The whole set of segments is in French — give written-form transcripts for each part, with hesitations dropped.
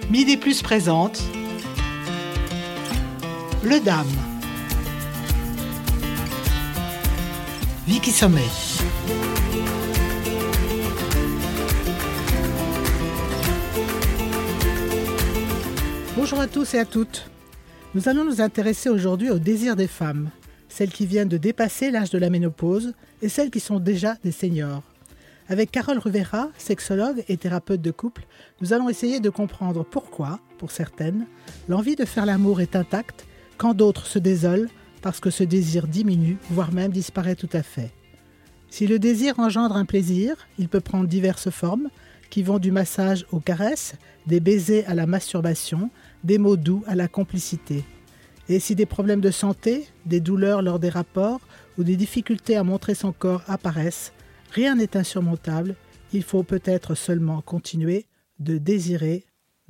Midi Plus présente Le Dame. Vicky Sommet. Bonjour à tous et à toutes. Nous allons nous intéresser aujourd'hui au désir des femmes, celles qui viennent de dépasser l'âge de la ménopause et celles qui sont déjà des seniors. Avec Carole Ruvera, sexologue et thérapeute de couple, nous allons essayer de comprendre pourquoi, pour certaines, l'envie de faire l'amour est intacte, quand d'autres se désolent parce que ce désir diminue, voire même disparaît tout à fait. Si le désir engendre un plaisir, il peut prendre diverses formes, qui vont du massage aux caresses, des baisers à la masturbation, des mots doux à la complicité. Et si des problèmes de santé, des douleurs lors des rapports ou des difficultés à montrer son corps apparaissent, rien n'est insurmontable, il faut peut-être seulement continuer de désirer.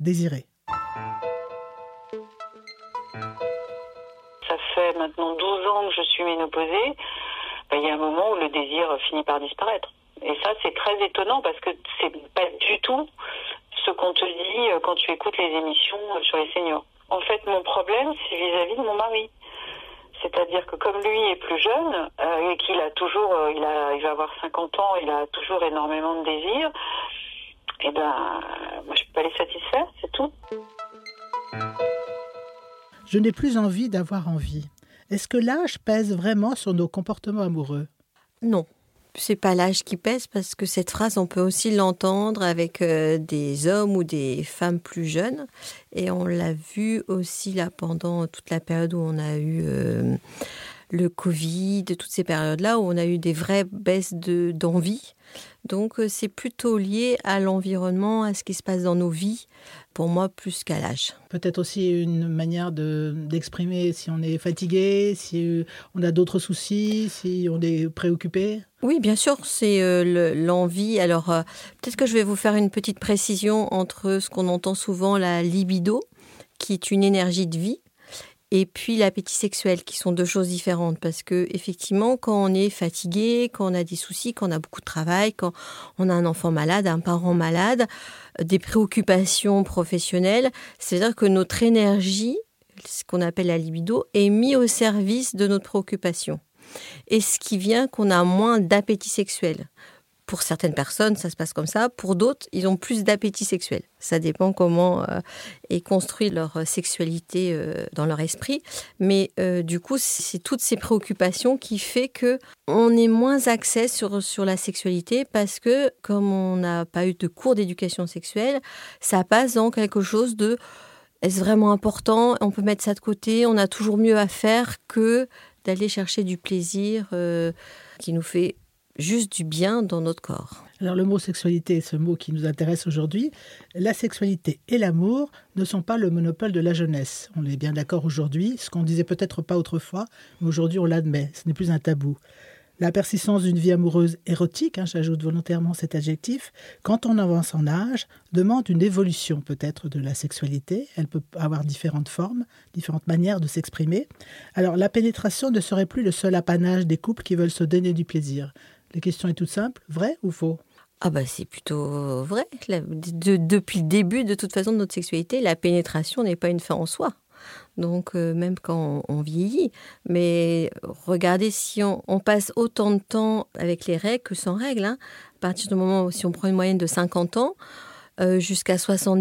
Ça fait maintenant 12 ans que je suis ménopausée. Il y a un moment où le désir finit par disparaître. Et ça, c'est très étonnant parce que c'est pas du tout ce qu'on te dit quand tu écoutes les émissions sur les seniors. En fait, mon problème, c'est vis-à-vis de mon mari. C'est-à-dire que comme lui est plus jeune et qu'il a toujours, il va avoir 50 ans, il a toujours énormément de désirs, et moi je peux pas les satisfaire, c'est tout. Je n'ai plus envie d'avoir envie. Est-ce que l'âge pèse vraiment sur nos comportements amoureux ? Non. C'est pas l'âge qui pèse parce que cette phrase, on peut aussi l'entendre avec des hommes ou des femmes plus jeunes. Et on l'a vu aussi là pendant toute la période où on a eu le Covid, toutes ces périodes-là où on a eu des vraies baisses d'envie. Donc c'est plutôt lié à l'environnement, à ce qui se passe dans nos vies, pour moi, plus qu'à l'âge. Peut-être aussi une manière d'exprimer si on est fatigué, si on a d'autres soucis, si on est préoccupé. Oui, bien sûr, c'est l'envie. Alors, peut-être que je vais vous faire une petite précision entre ce qu'on entend souvent, la libido, qui est une énergie de vie, et puis l'appétit sexuel, qui sont deux choses différentes. Parce que effectivement, quand on est fatigué, quand on a des soucis, quand on a beaucoup de travail, quand on a un enfant malade, un parent malade, des préoccupations professionnelles, c'est-à-dire que notre énergie, ce qu'on appelle la libido, est mise au service de notre préoccupation. Et ce qui vient qu'on a moins d'appétit sexuel. Pour certaines personnes, ça se passe comme ça. Pour d'autres, ils ont plus d'appétit sexuel. Ça dépend comment est construite leur sexualité dans leur esprit. Mais du coup, c'est toutes ces préoccupations qui fait qu'on est moins axé sur la sexualité parce que, comme on n'a pas eu de cours d'éducation sexuelle, ça passe dans quelque chose de « est-ce vraiment important ? On peut mettre ça de côté, on a toujours mieux à faire que d'aller chercher du plaisir qui nous fait juste du bien dans notre corps. » Alors le mot sexualité est ce mot qui nous intéresse aujourd'hui. La sexualité et l'amour ne sont pas le monopole de la jeunesse. On est bien d'accord aujourd'hui, ce qu'on disait peut-être pas autrefois, mais aujourd'hui on l'admet, ce n'est plus un tabou. La persistance d'une vie amoureuse érotique, j'ajoute volontairement cet adjectif, quand on avance en âge, demande une évolution peut-être de la sexualité. Elle peut avoir différentes formes, différentes manières de s'exprimer. Alors la pénétration ne serait plus le seul apanage des couples qui veulent se donner du plaisir. La question est toute simple, vrai ou faux ? C'est plutôt vrai. Depuis le début, de toute façon, de notre sexualité, la pénétration n'est pas une fin en soi. Donc, même quand on vieillit. Mais regardez, si on passe autant de temps avec les règles que sans règles, à partir du moment où, si on prend une moyenne de 50 ans, jusqu'à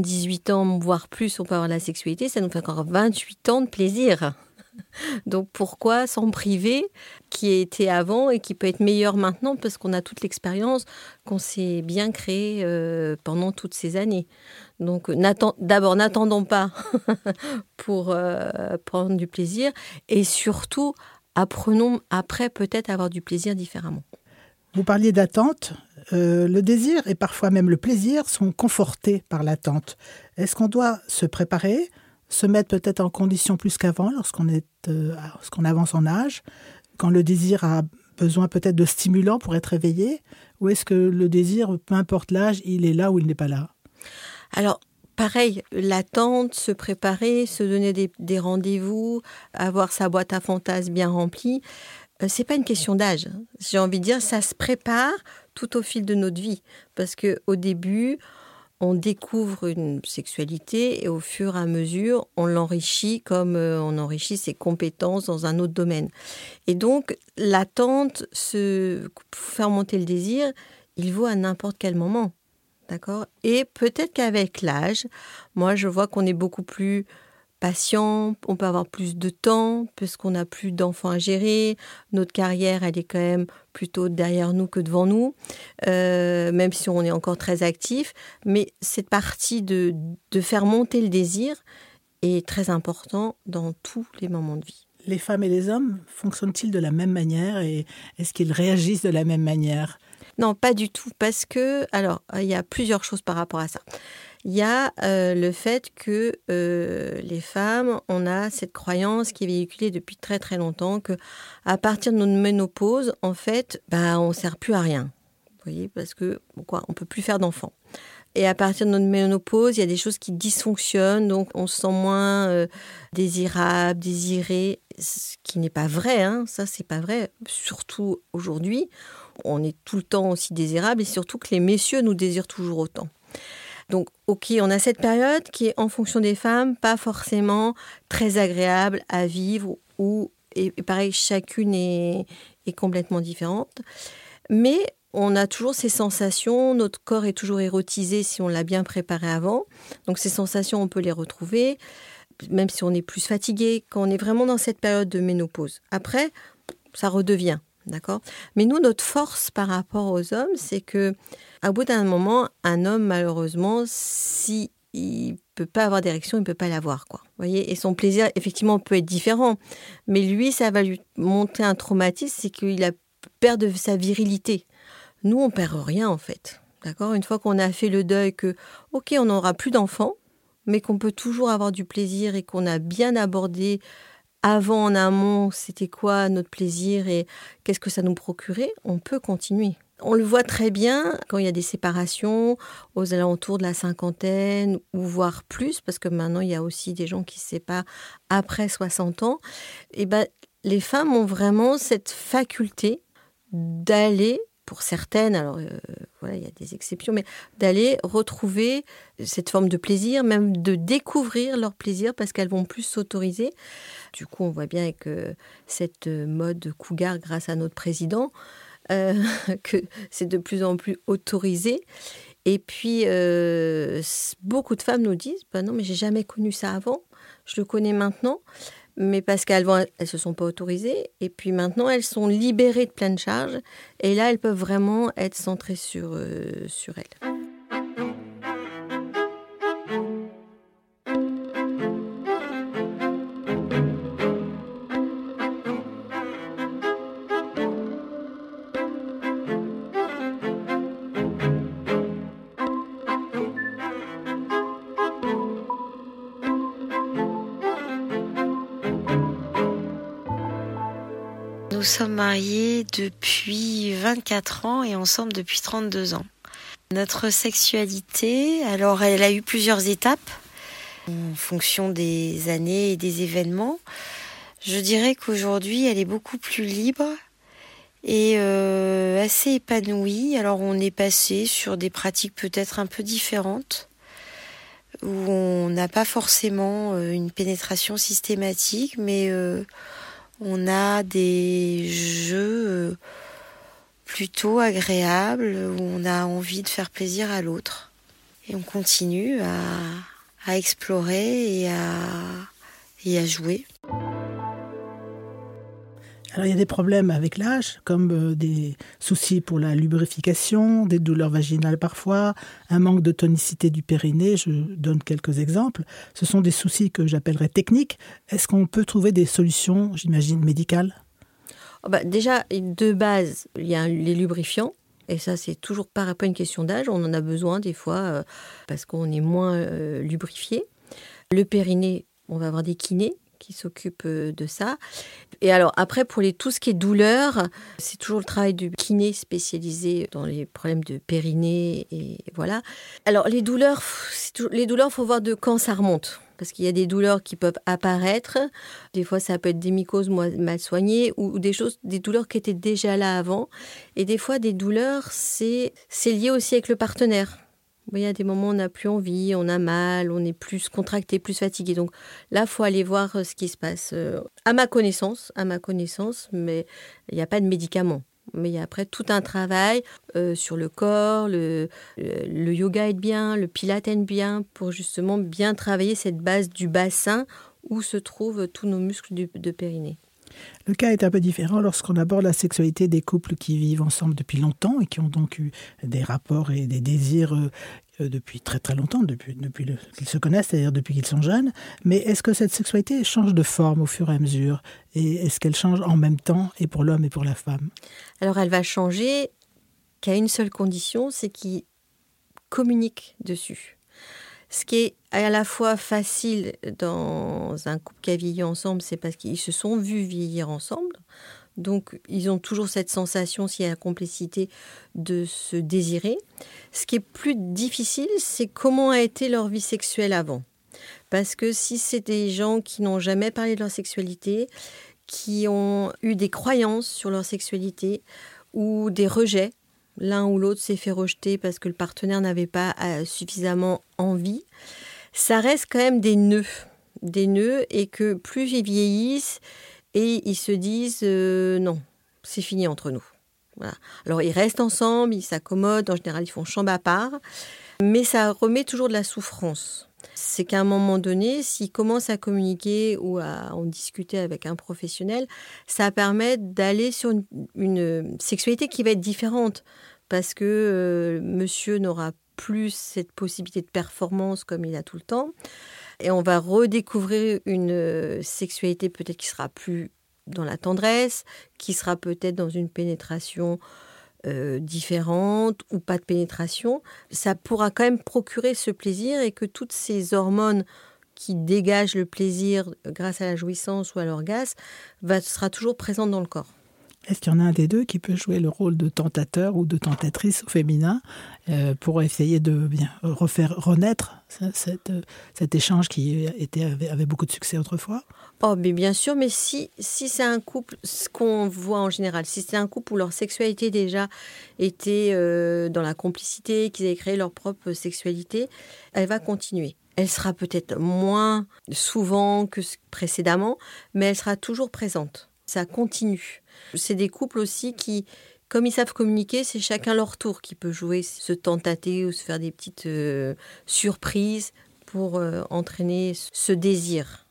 78 ans, voire plus, on peut avoir la sexualité, ça nous fait encore 28 ans de plaisir. Donc pourquoi s'en priver, qui était avant et qui peut être meilleur maintenant parce qu'on a toute l'expérience qu'on s'est bien créée pendant toutes ces années. Donc n'attendons pas pour prendre du plaisir et surtout apprenons après peut-être à avoir du plaisir différemment. Vous parliez d'attente. Le désir et parfois même le plaisir sont confortés par l'attente. Est-ce qu'on doit se préparer ? Se mettre peut-être en condition plus qu'avant lorsqu'on avance en âge, quand le désir a besoin peut-être de stimulants pour être éveillé, ou est-ce que le désir, peu importe l'âge, il est là ou il n'est pas là ? Alors, pareil, l'attente, se préparer, se donner des rendez-vous, avoir sa boîte à fantasmes bien remplie, c'est pas une question d'âge. J'ai envie de dire, ça se prépare tout au fil de notre vie. Parce qu'au début, on découvre une sexualité et au fur et à mesure, on l'enrichit comme on enrichit ses compétences dans un autre domaine. Et donc, l'attente, faire monter le désir, il vaut à n'importe quel moment. D'accord ? Et peut-être qu'avec l'âge, moi, je vois qu'on est beaucoup plus patient, on peut avoir plus de temps, puisqu'on n'a plus d'enfants à gérer. Notre carrière, elle est quand même plutôt derrière nous que devant nous, même si on est encore très actif. Mais cette partie de faire monter le désir est très important dans tous les moments de vie. Les femmes et les hommes fonctionnent-ils de la même manière et est-ce qu'ils réagissent de la même manière ? Non, pas du tout, parce que, alors, il y a plusieurs choses par rapport à ça. Il y a le fait que les femmes, on a cette croyance qui est véhiculée depuis très très longtemps qu'à partir de notre ménopause, en fait, on ne sert plus à rien. Vous voyez, parce que on ne peut plus faire d'enfants. Et à partir de notre ménopause, il y a des choses qui dysfonctionnent, donc on se sent moins désirable, désiré, ce qui n'est pas vrai, hein. Ça c'est pas vrai, surtout aujourd'hui. On est tout le temps aussi désirable et surtout que les messieurs nous désirent toujours autant. Donc, ok, on a cette période qui est en fonction des femmes, pas forcément très agréable à vivre et pareil, chacune est complètement différente. Mais on a toujours ces sensations, notre corps est toujours érotisé si on l'a bien préparé avant. Donc, ces sensations, on peut les retrouver, même si on est plus fatigué, quand on est vraiment dans cette période de ménopause. Après, ça redevient. D'accord ? Mais nous, notre force par rapport aux hommes, c'est que, à bout d'un moment, un homme, malheureusement, s'il ne peut pas avoir d'érection, il ne peut pas l'avoir, quoi. Vous voyez ? Et son plaisir, effectivement, peut être différent. Mais lui, ça va lui monter un traumatisme, c'est qu'il a peur de sa virilité. Nous, on ne perd rien, en fait. D'accord ? Une fois qu'on a fait le deuil que, ok, on n'aura plus d'enfants, mais qu'on peut toujours avoir du plaisir et qu'on a bien abordé avant, en amont, c'était quoi notre plaisir et qu'est-ce que ça nous procurait, on peut continuer. On le voit très bien quand il y a des séparations aux alentours de la cinquantaine ou voire plus, parce que maintenant, il y a aussi des gens qui se séparent après 60 ans. Et les femmes ont vraiment cette faculté d'aller, pour certaines, alors voilà, il y a des exceptions, mais d'aller retrouver cette forme de plaisir, même de découvrir leur plaisir parce qu'elles vont plus s'autoriser. Du coup, on voit bien avec cette mode cougar grâce à notre président que c'est de plus en plus autorisé. Et puis, beaucoup de femmes nous disent « non, mais j'ai jamais connu ça avant, je le connais maintenant ». Mais parce qu'elles ne se sont pas autorisées. Et puis maintenant, elles sont libérées de plein de charges. Et là, elles peuvent vraiment être centrées sur elles. Nous sommes mariés depuis 24 ans et ensemble depuis 32 ans. Notre sexualité, alors elle a eu plusieurs étapes en fonction des années et des événements. Je dirais qu'aujourd'hui, elle est beaucoup plus libre et assez épanouie. Alors on est passé sur des pratiques peut-être un peu différentes, où on n'a pas forcément une pénétration systématique, mais on a des jeux plutôt agréables où on a envie de faire plaisir à l'autre. Et on continue à explorer et à jouer. Alors, il y a des problèmes avec l'âge, comme des soucis pour la lubrification, des douleurs vaginales parfois, un manque de tonicité du périnée, je donne quelques exemples. Ce sont des soucis que j'appellerais techniques. Est-ce qu'on peut trouver des solutions, j'imagine, médicales ? Déjà, de base, il y a les lubrifiants. Et ça, c'est toujours pas une question d'âge. On en a besoin des fois parce qu'on est moins lubrifié. Le périnée, on va avoir des kinés qui s'occupent de ça. Et alors après, pour tout ce qui est douleur, c'est toujours le travail du kiné spécialisé dans les problèmes de périnée et voilà. Alors les douleurs, faut voir de quand ça remonte. Parce qu'il y a des douleurs qui peuvent apparaître. Des fois, ça peut être des mycoses mal soignées ou des douleurs qui étaient déjà là avant. Et des fois, des douleurs, c'est lié aussi avec le partenaire. Il y a des moments où on n'a plus envie, on a mal, on est plus contracté, plus fatigué. Donc là, il faut aller voir ce qui se passe. À ma connaissance, mais il n'y a pas de médicaments. Mais il y a après tout un travail sur le corps, le yoga aide bien, le pilate aide bien, pour justement bien travailler cette base du bassin où se trouvent tous nos muscles de périnée. Le cas est un peu différent lorsqu'on aborde la sexualité des couples qui vivent ensemble depuis longtemps et qui ont donc eu des rapports et des désirs depuis très très longtemps, depuis qu'ils se connaissent, c'est-à-dire depuis qu'ils sont jeunes. Mais est-ce que cette sexualité change de forme au fur et à mesure? Et est-ce qu'elle change en même temps et pour l'homme et pour la femme? Alors elle va changer qu'à une seule condition, c'est qu'ils communiquent dessus. Ce qui est à la fois facile dans un couple qui a vieilli ensemble, c'est parce qu'ils se sont vus vieillir ensemble. Donc, ils ont toujours cette sensation, s'il y a la complicité, de se désirer. Ce qui est plus difficile, c'est comment a été leur vie sexuelle avant. Parce que si c'est des gens qui n'ont jamais parlé de leur sexualité, qui ont eu des croyances sur leur sexualité ou des rejets, l'un ou l'autre s'est fait rejeter parce que le partenaire n'avait pas suffisamment envie. Ça reste quand même des nœuds, et que plus ils vieillissent et ils se disent non, c'est fini entre nous. Voilà. Alors ils restent ensemble, ils s'accommodent, en général ils font chambre à part, mais ça remet toujours de la souffrance. C'est qu'à un moment donné, s'ils commencent à communiquer ou à en discuter avec un professionnel, ça permet d'aller sur une sexualité qui va être différente. Parce que monsieur n'aura plus cette possibilité de performance comme il a tout le temps. Et on va redécouvrir une sexualité peut-être qui sera plus dans la tendresse, qui sera peut-être dans une pénétration différente ou pas de pénétration. Ça pourra quand même procurer ce plaisir et que toutes ces hormones qui dégagent le plaisir grâce à la jouissance ou à l'orgasme sera toujours présente dans le corps. Est-ce qu'il y en a un des deux qui peut jouer le rôle de tentateur ou de tentatrice au féminin pour essayer de bien refaire renaître cet échange qui avait beaucoup de succès autrefois? Oh, mais bien sûr, mais si c'est un couple, ce qu'on voit en général, si c'est un couple où leur sexualité déjà était dans la complicité, qu'ils avaient créé leur propre sexualité, elle va continuer. Elle sera peut-être moins souvent que précédemment, mais elle sera toujours présente. Ça continue. C'est des couples aussi qui, comme ils savent communiquer, c'est chacun leur tour qui peut jouer, se tentater ou se faire des petites surprises pour entraîner ce désir.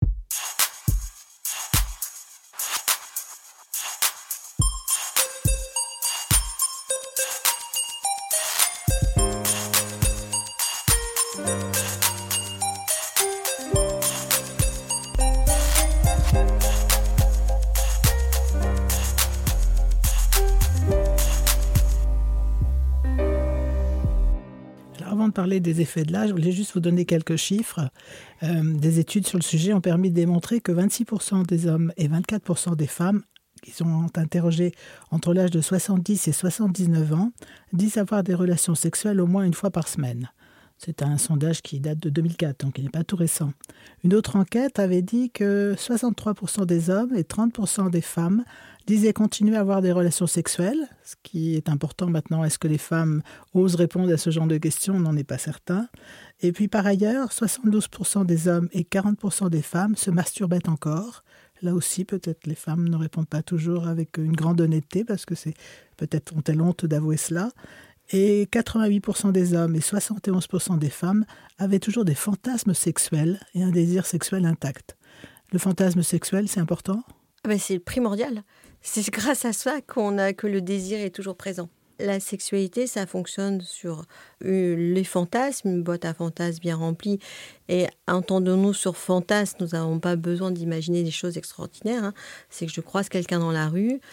Avant de parler des effets de l'âge, je voulais juste vous donner quelques chiffres. Des études sur le sujet ont permis de démontrer que 26% des hommes et 24% des femmes qui sont interrogés entre l'âge de 70 et 79 ans disent avoir des relations sexuelles au moins une fois par semaine. C'est un sondage qui date de 2004, donc il n'est pas tout récent. Une autre enquête avait dit que 63% des hommes et 30% des femmes disaient continuer à avoir des relations sexuelles, ce qui est important maintenant. Est-ce que les femmes osent répondre à ce genre de questions? On n'en est pas certain. Et puis par ailleurs, 72% des hommes et 40% des femmes se masturbaient encore. Là aussi, peut-être les femmes ne répondent pas toujours avec une grande honnêteté, parce que peut-être ont-elles honte d'avouer cela. Et 88% des hommes et 71% des femmes avaient toujours des fantasmes sexuels et un désir sexuel intact. Le fantasme sexuel, c'est important? C'est primordial. C'est grâce à ça que le désir est toujours présent. La sexualité, ça fonctionne sur les fantasmes, une boîte à fantasmes bien remplie. Et entendons-nous sur fantasme, nous n'avons pas besoin d'imaginer des choses extraordinaires. C'est que je croise quelqu'un dans la rue,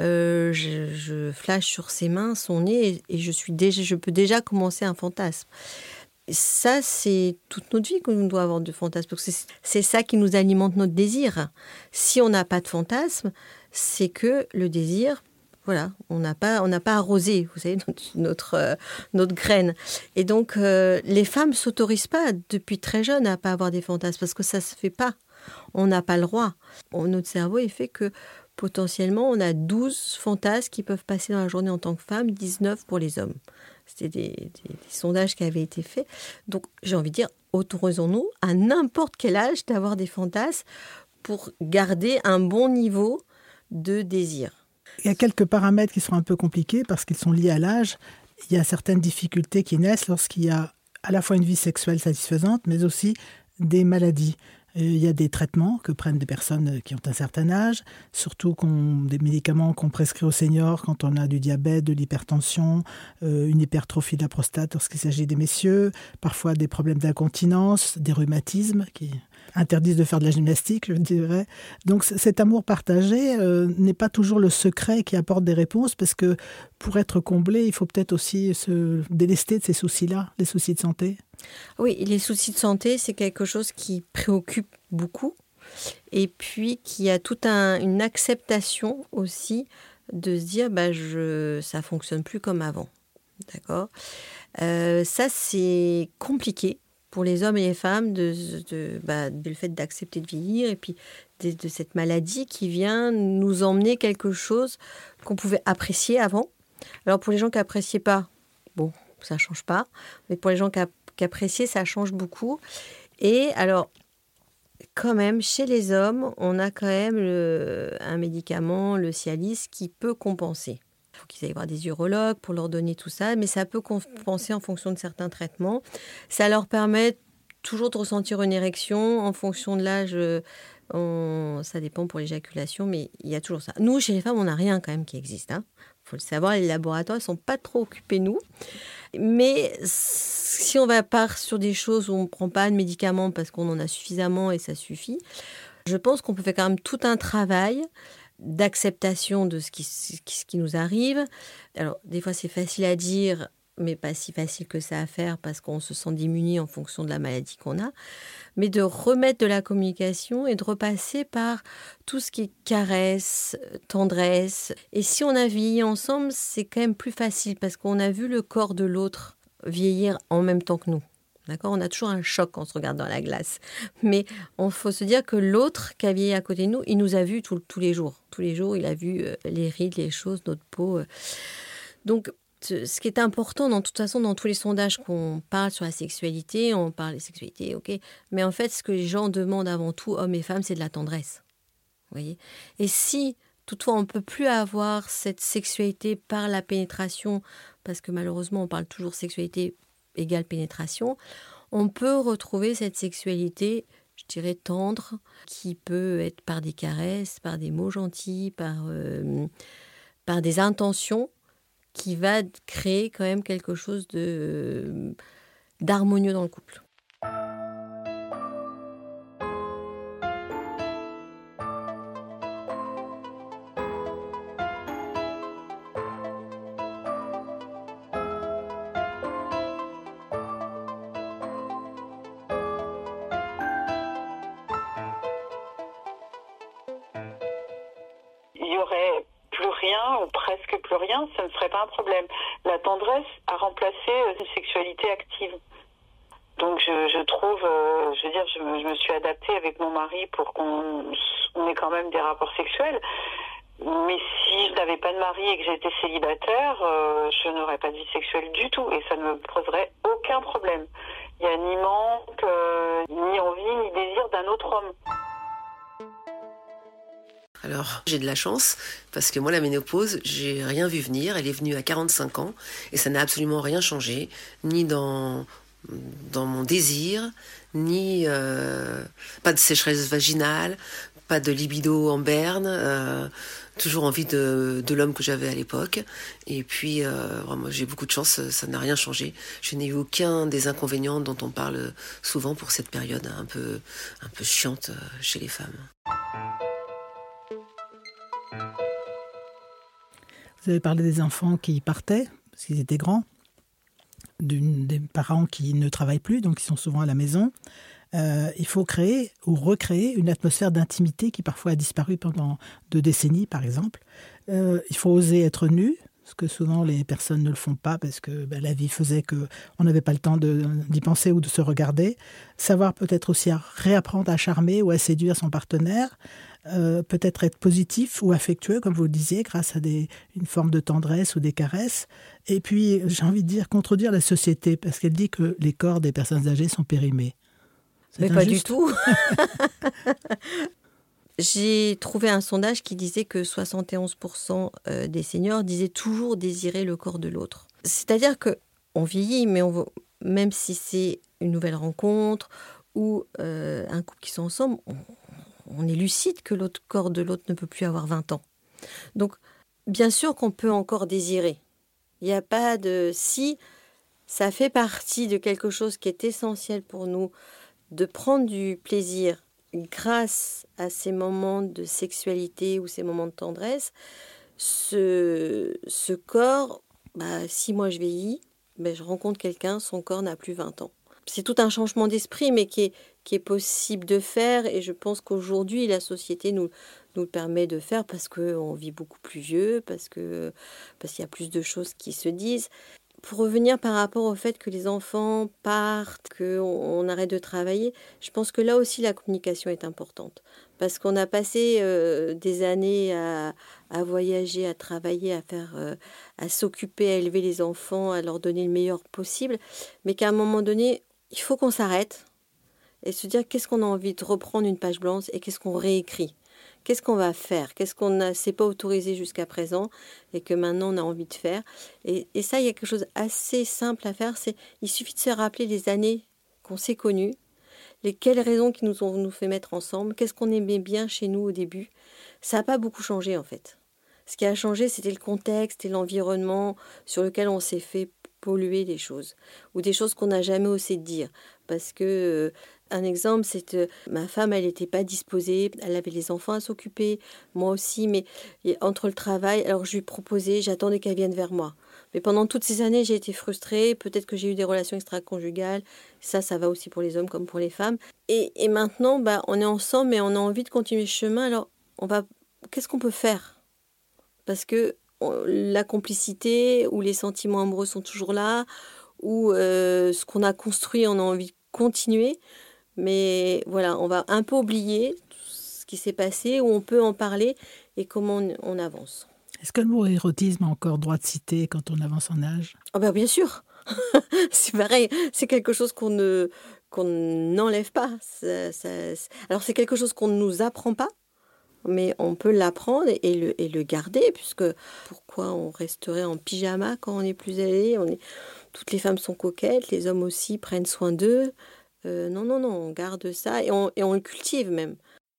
je flash sur ses mains, son nez, et je peux déjà commencer un fantasme. Ça, c'est toute notre vie qu'on doit avoir de fantasmes, parce que c'est ça qui nous alimente notre désir. Si on n'a pas de fantasme, c'est que le désir... Voilà, on n'a pas arrosé, vous savez, notre graine. Et donc, les femmes ne s'autorisent pas depuis très jeune à pas avoir des fantasmes parce que ça ne se fait pas. On n'a pas le droit. Notre cerveau est fait que potentiellement, on a 12 fantasmes qui peuvent passer dans la journée en tant que femme, 19 pour les hommes. C'était des sondages qui avaient été faits. Donc, j'ai envie de dire, autorisons-nous à n'importe quel âge d'avoir des fantasmes pour garder un bon niveau de désir. Il y a quelques paramètres qui sont un peu compliqués parce qu'ils sont liés à l'âge. Il y a certaines difficultés qui naissent lorsqu'il y a à la fois une vie sexuelle satisfaisante, mais aussi des maladies. Il y a des traitements que prennent des personnes qui ont un certain âge, surtout des médicaments qu'on prescrit aux seniors quand on a du diabète, de l'hypertension, une hypertrophie de la prostate lorsqu'il s'agit des messieurs, parfois des problèmes d'incontinence, des rhumatismes qui interdisent de faire de la gymnastique, je dirais. Donc cet amour partagé n'est pas toujours le secret qui apporte des réponses, parce que pour être comblé, il faut peut-être aussi se délester de ces soucis-là, les soucis de santé. Oui, les soucis de santé, c'est quelque chose qui préoccupe beaucoup, et puis qui a toute une acceptation aussi de se dire ça fonctionne plus comme avant. D'accord ? Ça, c'est compliqué pour les hommes et les femmes le fait d'accepter de vieillir, et puis de cette maladie qui vient nous emmener quelque chose qu'on pouvait apprécier avant. Alors pour les gens qui n'appréciaient pas, ça ne change pas, mais pour les gens qui appréciaient, ça change beaucoup. Et alors, quand même, chez les hommes, on a quand même un médicament, le Cialis, qui peut compenser. Il faut qu'ils aillent voir des urologues pour leur donner tout ça, mais ça peut compenser en fonction de certains traitements. Ça leur permet toujours de ressentir une érection en fonction de l'âge. Ça dépend pour l'éjaculation, mais il y a toujours ça. Nous, chez les femmes, on n'a rien quand même qui existe. Il faut le savoir, les laboratoires ne sont pas trop occupés, nous. Mais si on va part sur des choses où on ne prend pas de médicaments parce qu'on en a suffisamment et ça suffit, je pense qu'on peut faire quand même tout un travail d'acceptation de ce qui nous arrive. Alors, des fois, c'est facile à dire, mais pas si facile que ça à faire parce qu'on se sent démuni en fonction de la maladie qu'on a. Mais de remettre de la communication et de repasser par tout ce qui est caresse, tendresse. Et si on a vieilli ensemble, c'est quand même plus facile parce qu'on a vu le corps de l'autre vieillir en même temps que nous. D'accord ? On a toujours un choc quand on se regarde dans la glace. Mais il faut se dire que l'autre qui a vieilli à côté de nous, il nous a vus tous les jours. Tous les jours, il a vu les rides, les choses, notre peau. Donc, ce qui est important, de toute façon, dans tous les sondages qu'on parle sur la sexualité, on parle de sexualité, ok. Mais en fait, ce que les gens demandent avant tout, hommes et femmes, c'est de la tendresse. Vous voyez ? Et si, toutefois, on ne peut plus avoir cette sexualité par la pénétration, parce que malheureusement, on parle toujours sexualité égale pénétration, on peut retrouver cette sexualité, je dirais, tendre, qui peut être par des caresses, par des mots gentils, par des intentions, qui va créer quand même quelque chose d'harmonieux dans le couple. Il y aurait plus rien ou presque plus rien, ça ne serait pas un problème. La tendresse a remplacé une sexualité active. Donc je trouve, je me suis adaptée avec mon mari pour qu'on ait quand même des rapports sexuels. Mais si je n'avais pas de mari et que j'étais célibataire, je n'aurais pas de vie sexuelle du tout et ça ne me poserait aucun problème. Il n'y a ni manque, ni envie, ni désir d'un autre homme. Alors, j'ai de la chance, parce que moi, la ménopause, j'ai rien vu venir. Elle est venue à 45 ans, et ça n'a absolument rien changé, ni dans mon désir, ni pas de sécheresse vaginale, pas de libido en berne, toujours envie de l'homme que j'avais à l'époque. Et puis, vraiment, j'ai beaucoup de chance, ça n'a rien changé. Je n'ai eu aucun des inconvénients dont on parle souvent pour cette période un peu chiante chez les femmes. Vous avez parlé des enfants qui partaient, parce qu'ils étaient grands, des parents qui ne travaillent plus, donc qui sont souvent à la maison. Il faut créer ou recréer une atmosphère d'intimité qui parfois a disparu pendant 2 décennies, par exemple. Il faut oser être nu, Parce que souvent, les personnes ne le font pas parce que la vie faisait qu'on n'avait pas le temps d'y penser ou de se regarder. Savoir peut-être aussi à réapprendre à charmer ou à séduire son partenaire. Peut-être être positif ou affectueux, comme vous le disiez, grâce à une forme de tendresse ou des caresses. Et puis, j'ai envie de dire, contredire la société, parce qu'elle dit que les corps des personnes âgées sont périmés. Mais pas du tout. J'ai trouvé un sondage qui disait que 71% des seniors disaient toujours désirer le corps de l'autre. C'est-à-dire qu'on vieillit, mais même si c'est une nouvelle rencontre ou un couple qui sont ensemble, on est lucide que l'autre corps de l'autre ne peut plus avoir 20 ans. Donc, bien sûr qu'on peut encore désirer. Il n'y a pas de... Si ça fait partie de quelque chose qui est essentiel pour nous, de prendre du plaisir grâce à ces moments de sexualité ou ces moments de tendresse, ce corps, si moi je vieillis, je rencontre quelqu'un, son corps n'a plus 20 ans. C'est tout un changement d'esprit, mais qui est possible de faire, et je pense qu'aujourd'hui, la société nous le permet de faire parce qu'on vit beaucoup plus vieux, parce qu'il y a plus de choses qui se disent. Pour revenir par rapport au fait que les enfants partent, qu'on arrête de travailler, je pense que là aussi la communication est importante. Parce qu'on a passé des années à voyager, à travailler, à s'occuper, à élever les enfants, à leur donner le meilleur possible. Mais qu'à un moment donné, il faut qu'on s'arrête et se dire qu'est-ce qu'on a envie de reprendre une page blanche et qu'est-ce qu'on réécrit. Qu'est-ce qu'on va faire? Qu'est-ce qu'on ne s'est pas autorisé jusqu'à présent et que maintenant on a envie de faire? Et ça, il y a quelque chose assez simple à faire. Il suffit de se rappeler les années qu'on s'est connues, quelles raisons qui nous ont fait mettre ensemble, qu'est-ce qu'on aimait bien chez nous au début. Ça n'a pas beaucoup changé en fait. Ce qui a changé, c'était le contexte et l'environnement sur lequel on s'est fait polluer des choses ou des choses qu'on n'a jamais osé dire. Parce que... un exemple, c'est que ma femme, elle n'était pas disposée, elle avait les enfants à s'occuper, moi aussi, mais entre le travail, alors je lui proposais, j'attendais qu'elle vienne vers moi. Mais pendant toutes ces années, j'ai été frustrée, peut-être que j'ai eu des relations extra-conjugales, ça va aussi pour les hommes comme pour les femmes. Et maintenant, on est ensemble, mais on a envie de continuer ce chemin, alors qu'est-ce qu'on peut faire? Parce que la complicité ou les sentiments amoureux sont toujours là, ou ce qu'on a construit, on a envie de continuer. Mais voilà, on va un peu oublier ce qui s'est passé, où on peut en parler et comment on avance. Est-ce que le mot érotisme a encore droit de citer quand on avance en âge? Bien sûr. C'est pareil, c'est quelque chose qu'on n'enlève pas. Alors c'est quelque chose qu'on ne nous apprend pas, mais on peut l'apprendre et le garder, puisque pourquoi on resterait en pyjama quand on est plus âgé? Toutes les femmes sont coquettes, les hommes aussi prennent soin d'eux. Non, on garde ça et on le cultive même.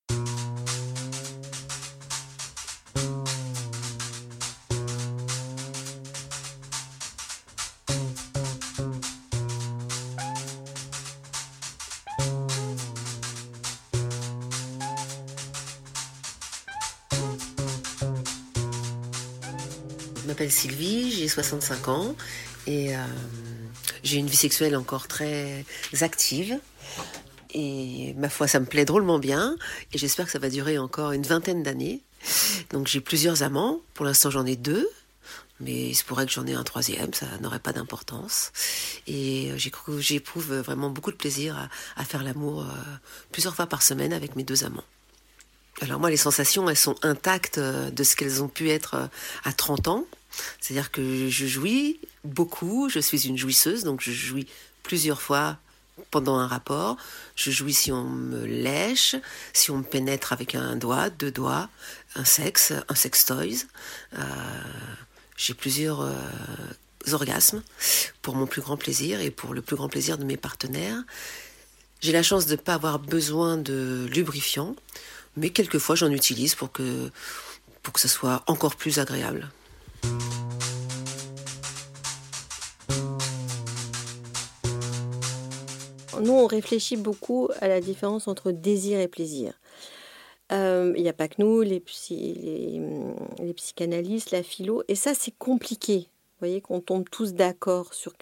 Je m'appelle Sylvie, j'ai 65 ans et j'ai une vie sexuelle encore très active. Et ma foi, ça me plaît drôlement bien. Et j'espère que ça va durer encore une 20aine d'années. Donc j'ai plusieurs amants. Pour l'instant, j'en ai 2. Mais il se pourrait que j'en ai un 3e. Ça n'aurait pas d'importance. Et j'éprouve vraiment beaucoup de plaisir à faire l'amour plusieurs fois par semaine avec mes 2 amants. Alors moi, les sensations, elles sont intactes de ce qu'elles ont pu être à 30 ans. C'est-à-dire que je jouis beaucoup. Je suis une jouisseuse. Donc je jouis plusieurs fois pendant un rapport. Je jouis si on me lèche, si on me pénètre avec un doigt, 2 doigts, un sextoys. J'ai plusieurs orgasmes pour mon plus grand plaisir et pour le plus grand plaisir de mes partenaires. J'ai la chance de ne pas avoir besoin de lubrifiant, mais quelquefois j'en utilise pour que ça soit encore plus agréable. Nous, on réfléchit beaucoup à la différence entre désir et plaisir. Il n'y a pas que nous, les psychanalystes, la philo, et ça, c'est compliqué. Vous voyez, qu'on tombe tous d'accord sur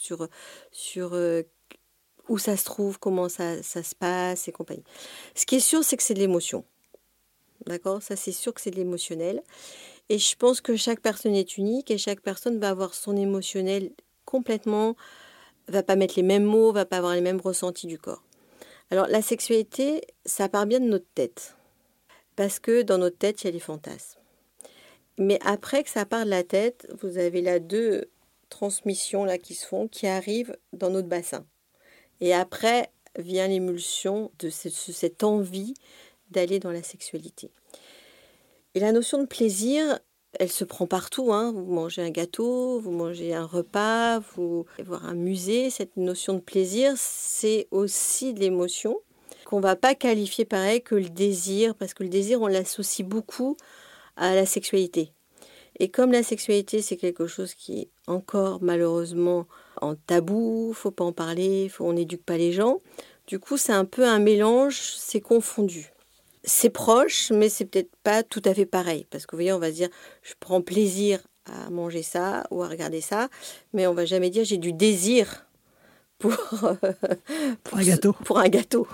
où ça se trouve, comment ça se passe et compagnie. Ce qui est sûr, c'est que c'est de l'émotion. D'accord ? Ça, c'est sûr que c'est de l'émotionnel. Et je pense que chaque personne est unique et chaque personne va avoir son émotionnel complètement, va pas mettre les mêmes mots, va pas avoir les mêmes ressentis du corps. Alors la sexualité, ça part bien de notre tête. Parce que dans notre tête, il y a les fantasmes. Mais après que ça part de la tête, vous avez là 2 transmissions là qui se font, qui arrivent dans notre bassin. Et après vient l'émulsion de cette envie d'aller dans la sexualité. Et la notion de plaisir, elle se prend partout. Vous mangez un gâteau, vous mangez un repas, vous allez voir un musée. Cette notion de plaisir, c'est aussi de l'émotion qu'on ne va pas qualifier pareil que le désir, parce que le désir, on l'associe beaucoup à la sexualité. Et comme la sexualité, c'est quelque chose qui est encore malheureusement en tabou, faut pas en parler, on n'éduque pas les gens. Du coup, c'est un peu un mélange, c'est confondu. C'est proche, mais c'est peut-être pas tout à fait pareil. Parce que vous voyez, on va se dire, je prends plaisir à manger ça ou à regarder ça, mais on va jamais dire, j'ai du désir pour un gâteau. Pour un gâteau.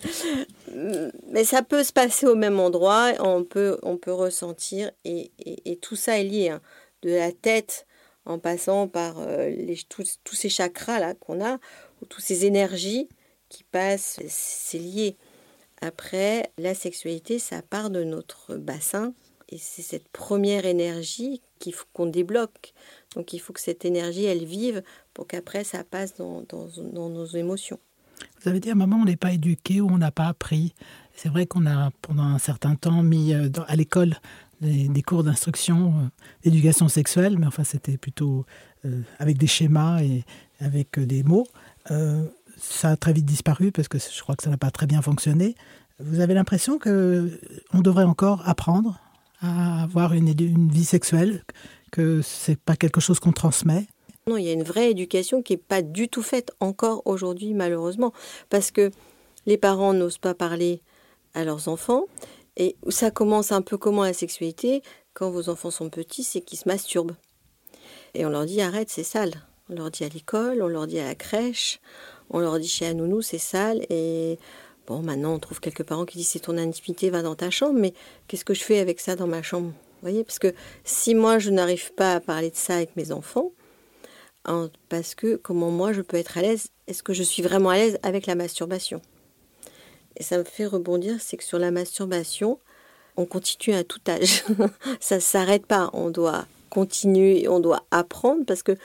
Mais ça peut se passer au même endroit, on peut ressentir, et tout ça est lié, de la tête en passant par tous ces chakras là qu'on a, ou toutes ces énergies qui passent, c'est lié. Après, la sexualité, ça part de notre bassin, et c'est cette première énergie qu'on débloque. Donc il faut que cette énergie, elle vive pour qu'après, ça passe dans nos émotions. Vous avez dit à un moment, on n'est pas éduqué ou on n'a pas appris. C'est vrai qu'on a, pendant un certain temps, mis à l'école des cours d'instruction, d'éducation sexuelle, mais enfin, c'était plutôt avec des schémas et avec des mots. Ça a très vite disparu parce que je crois que ça n'a pas très bien fonctionné. Vous avez l'impression qu'on devrait encore apprendre à avoir une vie sexuelle, que ce n'est pas quelque chose qu'on transmet? Non, il y a une vraie éducation qui n'est pas du tout faite encore aujourd'hui, malheureusement, parce que les parents n'osent pas parler à leurs enfants. Et ça commence un peu comment la sexualité, quand vos enfants sont petits, c'est qu'ils se masturbent. Et on leur dit arrête, c'est sale. On leur dit à l'école, on leur dit à la crèche, on leur dit chez la nounou, c'est sale. Et bon, maintenant on trouve quelques parents qui disent c'est ton intimité, va dans ta chambre, mais qu'est-ce que je fais avec ça dans ma chambre? Vous voyez, parce que si moi je n'arrive pas à parler de ça avec mes enfants, parce que comment moi je peux être à l'aise, est-ce que je suis vraiment à l'aise avec la masturbation? Et ça me fait rebondir, c'est que sur la masturbation, on continue à tout âge. Ça ne s'arrête pas, on doit continuer, on doit apprendre, parce que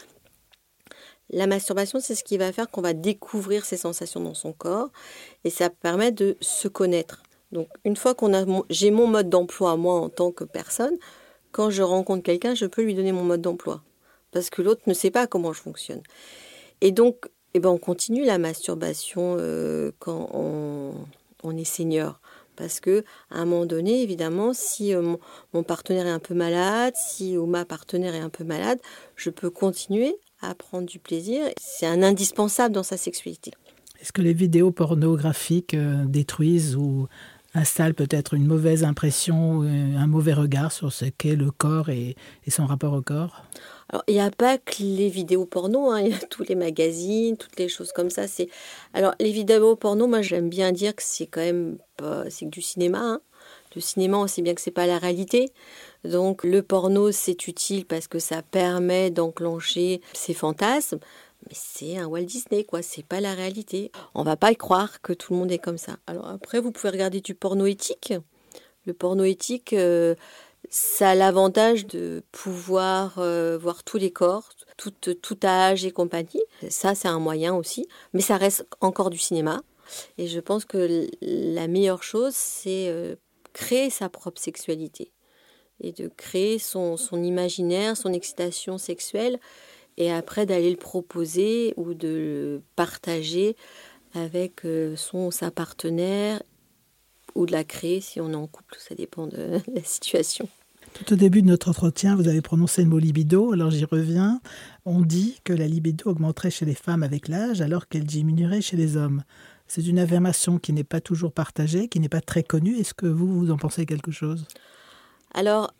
la masturbation, c'est ce qui va faire qu'on va découvrir ses sensations dans son corps, et ça permet de se connaître. Donc une fois j'ai mon mode d'emploi, moi en tant que personne, quand je rencontre quelqu'un, je peux lui donner mon mode d'emploi. Parce que l'autre ne sait pas comment je fonctionne. Et donc, on continue la masturbation quand on est senior. Parce que à un moment donné, évidemment, si mon partenaire est un peu malade, ou ma partenaire est un peu malade, je peux continuer à prendre du plaisir. C'est un indispensable dans sa sexualité. Est-ce que les vidéos pornographiques détruisent ou installent peut-être une mauvaise impression, un mauvais regard sur ce qu'est le corps et son rapport au corps? Alors, il n'y a pas que les vidéos porno, il y a tous les magazines, toutes les choses comme ça. Alors, les vidéos porno, moi, j'aime bien dire que c'est quand même c'est que du cinéma. Le cinéma, on sait bien que c'est pas la réalité. Donc, le porno, c'est utile parce que ça permet d'enclencher ses fantasmes. Mais c'est un Walt Disney, quoi. C'est pas la réalité. On va pas y croire que tout le monde est comme ça. Alors après, vous pouvez regarder du porno éthique. Le porno éthique, ça a l'avantage de pouvoir voir tous les corps, tout âge et compagnie. Ça, c'est un moyen aussi. Mais ça reste encore du cinéma. Et je pense que la meilleure chose, c'est créer sa propre sexualité. Et de créer son imaginaire, son excitation sexuelle. Et après, d'aller le proposer ou de le partager avec sa partenaire, ou de la créer si on est en couple, ça dépend de la situation. Tout au début de notre entretien, vous avez prononcé le mot libido, alors j'y reviens. On dit que la libido augmenterait chez les femmes avec l'âge alors qu'elle diminuerait chez les hommes. C'est une affirmation qui n'est pas toujours partagée, qui n'est pas très connue. Est-ce que vous en pensez quelque chose? Alors,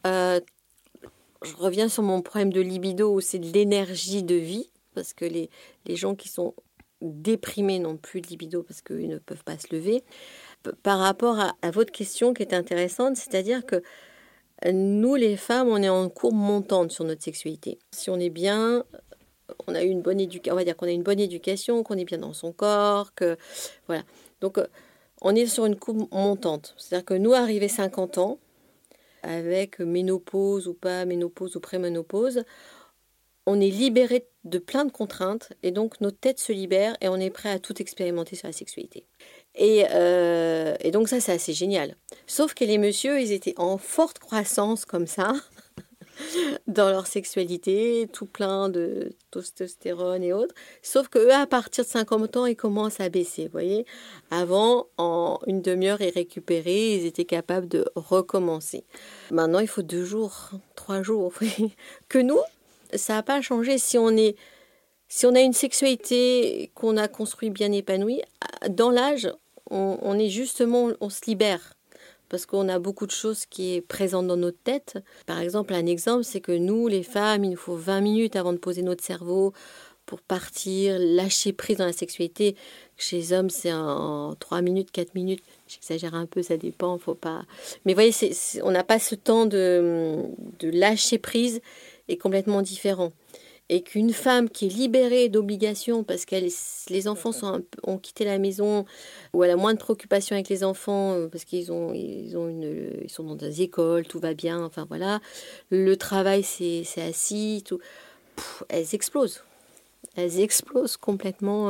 je reviens sur mon problème de libido où c'est de l'énergie de vie, parce que les gens qui sont déprimés n'ont plus de libido parce qu'ils ne peuvent pas se lever. Par rapport à votre question qui est intéressante, c'est-à-dire que Nous, les femmes, on est en courbe montante sur notre sexualité. Si on est bien, on a eu une bonne éducation, on va dire qu'on a une bonne éducation, qu'on est bien dans son corps, que voilà. Donc, on est sur une courbe montante. C'est-à-dire que nous, arrivés 50 ans, avec ménopause ou pas, ménopause ou préménopause, on est libéré de plein de contraintes et donc notre tête se libère et on est prêt à tout expérimenter sur la sexualité. Et donc ça, c'est assez génial. Sauf que les messieurs, ils étaient en forte croissance comme ça, dans leur sexualité, tout plein de testostérone et autres. Sauf qu'eux, à partir de 50 ans, ils commencent à baisser. Vous voyez, avant, en une demi-heure, ils récupéraient, ils étaient capables de recommencer. Maintenant, il faut 2 jours, 3 jours. Que nous, ça n'a pas changé. Si on a une sexualité qu'on a construite bien épanouie, dans l'âge, on est justement, on se libère. Parce qu'on a beaucoup de choses qui est présentes dans notre tête. Par exemple, un exemple, c'est que nous, les femmes, il nous faut 20 minutes avant de poser notre cerveau pour partir, lâcher prise dans la sexualité. Chez les hommes, c'est en 3 minutes, 4 minutes. J'exagère un peu, ça dépend, faut pas... Mais vous voyez, on n'a pas ce temps de lâcher prise est complètement différent. Et qu'une femme qui est libérée d'obligations parce que les enfants ont quitté la maison ou elle a moins de préoccupations avec les enfants parce qu'ils sont dans des écoles, tout va bien, enfin voilà. Le travail, c'est assis, tout. Elles explosent. Elles explosent complètement.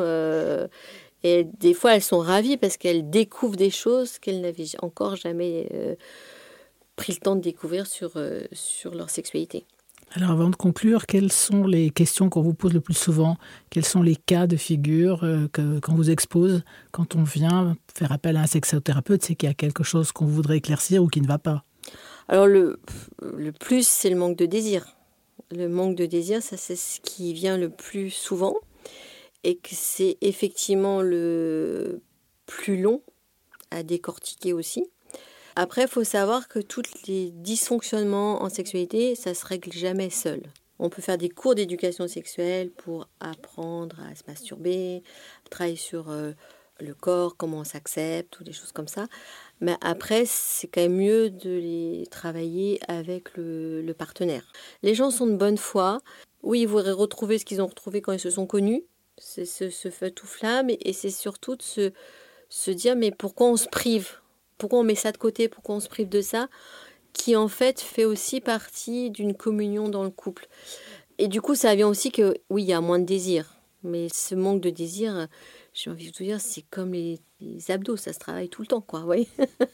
Et des fois, elles sont ravies parce qu'elles découvrent des choses qu'elles n'avaient encore jamais pris le temps de découvrir sur leur sexualité. Alors avant de conclure, quelles sont les questions qu'on vous pose le plus souvent ? Quels sont les cas de figure qu'on vous expose quand on vient faire appel à un sexothérapeute ? C'est qu'il y a quelque chose qu'on voudrait éclaircir ou qui ne va pas. Alors le plus, c'est le manque de désir. Le manque de désir, ça c'est ce qui vient le plus souvent et que c'est effectivement le plus long à décortiquer aussi. Après, il faut savoir que tous les dysfonctionnements en sexualité, ça ne se règle jamais seul. On peut faire des cours d'éducation sexuelle pour apprendre à se masturber, travailler sur le corps, comment on s'accepte, ou des choses comme ça. Mais après, c'est quand même mieux de les travailler avec le partenaire. Les gens sont de bonne foi. Oui, ils voudraient retrouver ce qu'ils ont retrouvé quand ils se sont connus. C'est ce feu tout flamme. Et c'est surtout de se dire, mais pourquoi on se prive ? Pourquoi on met ça de côté ? Pourquoi on se prive de ça ? Qui en fait fait aussi partie d'une communion dans le couple. Et du coup, ça vient aussi que, oui, il y a moins de désir. Mais ce manque de désir, j'ai envie de vous dire, c'est comme les abdos, ça se travaille tout le temps, quoi. Vous voyez ?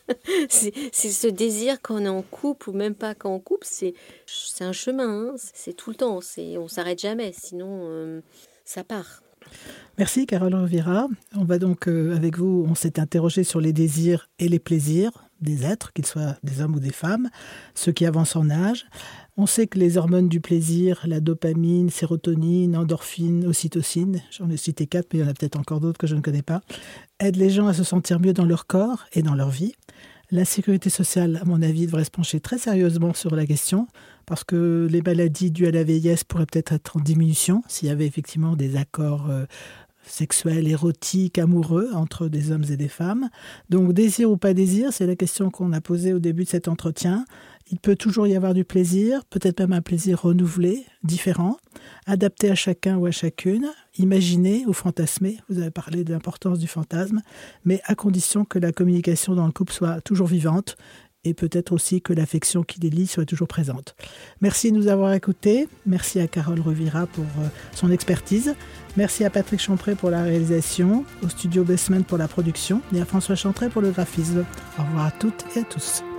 c'est ce désir quand on est en couple, ou même pas quand on est en couple, c'est un chemin, hein. C'est tout le temps, on ne s'arrête jamais, sinon ça part. Merci Carole Rovira. On va donc, avec vous, on s'est interrogé sur les désirs et les plaisirs des êtres, qu'ils soient des hommes ou des femmes, ceux qui avancent en âge. On sait que les hormones du plaisir, la dopamine, sérotonine, endorphine, ocytocine, j'en ai cité 4, mais il y en a peut-être encore d'autres que je ne connais pas, aident les gens à se sentir mieux dans leur corps et dans leur vie. La sécurité sociale, à mon avis, devrait se pencher très sérieusement sur la question, parce que les maladies dues à la vieillesse pourraient peut-être être en diminution s'il y avait effectivement des accords sexuels, érotiques, amoureux entre des hommes et des femmes. Donc désir ou pas désir, c'est la question qu'on a posée au début de cet entretien. Il peut toujours y avoir du plaisir, peut-être même un plaisir renouvelé, différent, adapté à chacun ou à chacune, imaginé ou fantasmé. Vous avez parlé de l'importance du fantasme, mais à condition que la communication dans le couple soit toujours vivante et peut-être aussi que l'affection qui les lie soit toujours présente. Merci de nous avoir écoutés. Merci à Carole Rovira pour son expertise. Merci à Patrick Champré pour la réalisation, au studio Basement pour la production et à François Chantrey pour le graphisme. Au revoir à toutes et à tous.